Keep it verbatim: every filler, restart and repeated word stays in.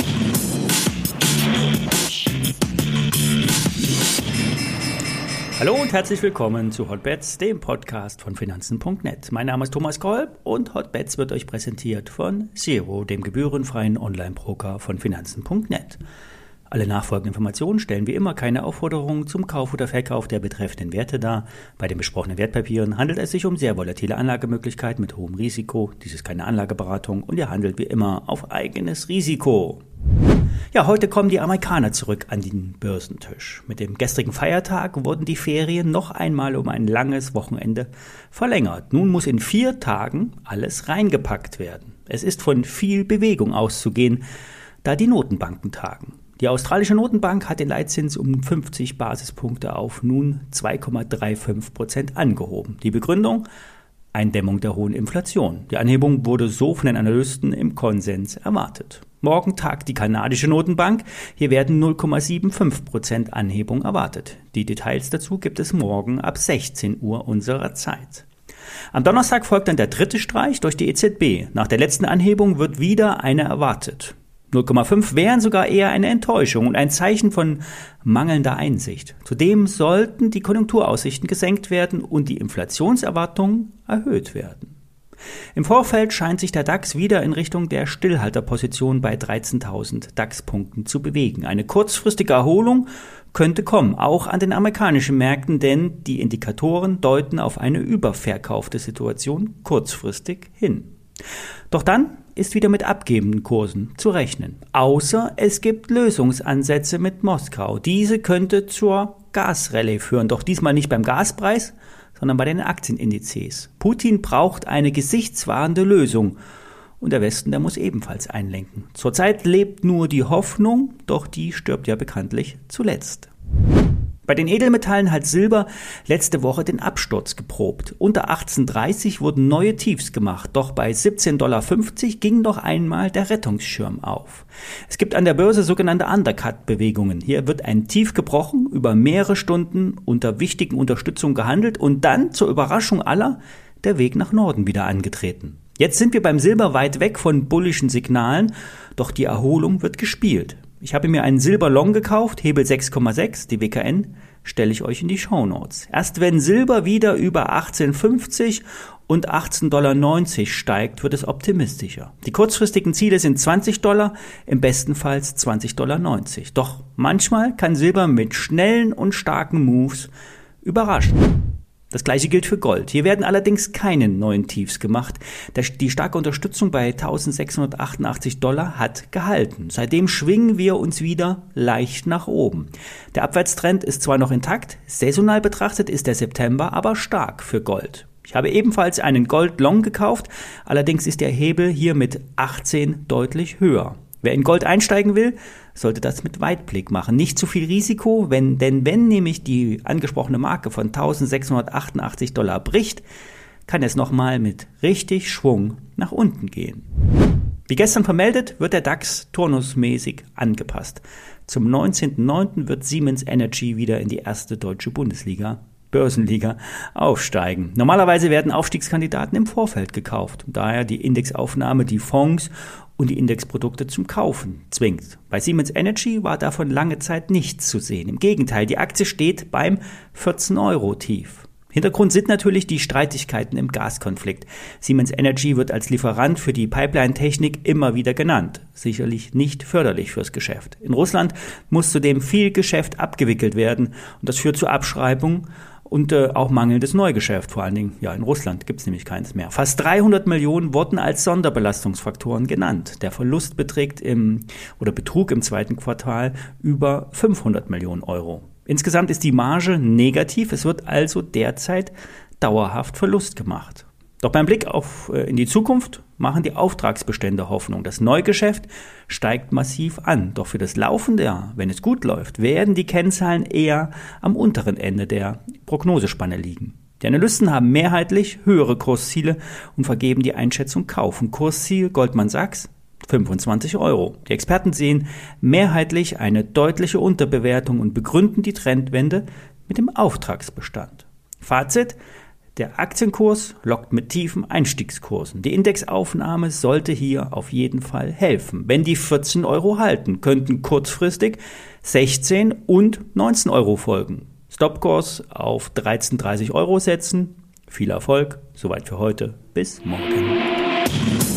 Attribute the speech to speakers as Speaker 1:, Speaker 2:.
Speaker 1: Hallo und herzlich willkommen zu Hotbets, dem Podcast von Finanzen punkt net. Mein Name ist Thomas Kolb und Hotbets wird euch präsentiert von Xero, dem gebührenfreien Online-Broker von Finanzen punkt net. Alle nachfolgenden Informationen stellen wie immer keine Aufforderung zum Kauf oder Verkauf der betreffenden Werte dar. Bei den besprochenen Wertpapieren handelt es sich um sehr volatile Anlagemöglichkeiten mit hohem Risiko. Dies ist keine Anlageberatung und ihr handelt wie immer auf eigenes Risiko. Ja, heute kommen die Amerikaner zurück an den Börsentisch. Mit dem gestrigen Feiertag wurden die Ferien noch einmal um ein langes Wochenende verlängert. Nun muss in vier Tagen alles reingepackt werden. Es ist von viel Bewegung auszugehen, da die Notenbanken tagen. Die australische Notenbank hat den Leitzins um fünfzig Basispunkte auf nun zwei Komma fünfunddreißig Prozent angehoben. Die Begründung? Eindämmung der hohen Inflation. Die Anhebung wurde so von den Analysten im Konsens erwartet. Morgen tagt die kanadische Notenbank. Hier werden null Komma fünfundsiebzig Prozent Anhebung erwartet. Die Details dazu gibt es morgen ab sechzehn Uhr unserer Zeit. Am Donnerstag folgt dann der dritte Streich durch die E Z B. Nach der letzten Anhebung wird wieder eine erwartet. null Komma fünf wären sogar eher eine Enttäuschung und ein Zeichen von mangelnder Einsicht. Zudem sollten die Konjunkturaussichten gesenkt werden und die Inflationserwartungen erhöht werden. Im Vorfeld scheint sich der DAX wieder in Richtung der Stillhalterposition bei dreizehntausend DAX-Punkten zu bewegen. Eine kurzfristige Erholung könnte kommen, auch an den amerikanischen Märkten, denn die Indikatoren deuten auf eine überverkaufte Situation kurzfristig hin. Doch dann ist wieder mit abgebenden Kursen zu rechnen. Außer es gibt Lösungsansätze mit Moskau. Diese könnte zur Gasrallye führen, doch diesmal nicht beim Gaspreis, sondern bei den Aktienindizes. Putin braucht eine gesichtswahrende Lösung und der Westen, der muss ebenfalls einlenken. Zurzeit lebt nur die Hoffnung, doch die stirbt ja bekanntlich zuletzt. Bei den Edelmetallen hat Silber letzte Woche den Absturz geprobt. Unter achtzehn dreißig wurden neue Tiefs gemacht, doch bei siebzehn fünfzig Dollar ging noch einmal der Rettungsschirm auf. Es gibt an der Börse sogenannte Undercut-Bewegungen. Hier wird ein Tief gebrochen, über mehrere Stunden unter wichtigen Unterstützungen gehandelt und dann zur Überraschung aller der Weg nach Norden wieder angetreten. Jetzt sind wir beim Silber weit weg von bullischen Signalen, doch die Erholung wird gespielt. Ich habe mir einen Silber-Long gekauft, Hebel sechs Komma sechs, die W K N stelle ich euch in die Shownotes. Erst wenn Silber wieder über achtzehn fünfzig und achtzehn neunzig steigt, wird es optimistischer. Die kurzfristigen Ziele sind zwanzig Dollar, im besten Fall zwanzig neunzig. Doch manchmal kann Silber mit schnellen und starken Moves überraschen. Das gleiche gilt für Gold. Hier werden allerdings keine neuen Tiefs gemacht. Die starke Unterstützung bei eintausendsechshundertachtundachtzig Dollar hat gehalten. Seitdem schwingen wir uns wieder leicht nach oben. Der Abwärtstrend ist zwar noch intakt, saisonal betrachtet ist der September aber stark für Gold. Ich habe ebenfalls einen Gold Long gekauft, allerdings ist der Hebel hier mit achtzehn deutlich höher. Wer in Gold einsteigen will, sollte das mit Weitblick machen. Nicht zu viel Risiko, wenn, denn wenn nämlich die angesprochene Marke von eintausendsechshundertachtundachtzig Dollar bricht, kann es nochmal mit richtig Schwung nach unten gehen. Wie gestern vermeldet, wird der DAX turnusmäßig angepasst. Zum neunzehnten neunten wird Siemens Energy wieder in die erste deutsche Bundesliga Börsenliga aufsteigen. Normalerweise werden Aufstiegskandidaten im Vorfeld gekauft. Daher die Indexaufnahme die Fonds und die Indexprodukte zum Kaufen zwingt. Bei Siemens Energy war davon lange Zeit nichts zu sehen. Im Gegenteil, die Aktie steht beim vierzehn Euro Tief. Hintergrund sind natürlich die Streitigkeiten im Gaskonflikt. Siemens Energy wird als Lieferant für die Pipeline-Technik immer wieder genannt. Sicherlich nicht förderlich fürs Geschäft. In Russland muss zudem viel Geschäft abgewickelt werden und das führt zu Abschreibungen und äh, auch mangelndes Neugeschäft. Vor allen Dingen, ja, in Russland gibt es nämlich keins mehr. Fast dreihundert Millionen wurden als Sonderbelastungsfaktoren genannt. Der Verlust beträgt im oder betrug im zweiten Quartal über fünfhundert Millionen Euro. Insgesamt ist die Marge negativ, es wird also derzeit dauerhaft Verlust gemacht. Doch beim Blick auf, äh, in die Zukunft machen die Auftragsbestände Hoffnung. Das Neugeschäft steigt massiv an. Doch für das laufende Jahr, wenn es gut läuft, werden die Kennzahlen eher am unteren Ende der Prognosespanne liegen. Die Analysten haben mehrheitlich höhere Kursziele und vergeben die Einschätzung Kaufen. Kursziel Goldman Sachs fünfundzwanzig Euro. Die Experten sehen mehrheitlich eine deutliche Unterbewertung und begründen die Trendwende mit dem Auftragsbestand. Fazit: Der Aktienkurs lockt mit tiefen Einstiegskursen. Die Indexaufnahme sollte hier auf jeden Fall helfen. Wenn die vierzehn Euro halten, könnten kurzfristig sechzehn und neunzehn Euro folgen. Stopkurs auf dreizehn, dreißig Euro setzen. Viel Erfolg, soweit für heute. Bis morgen.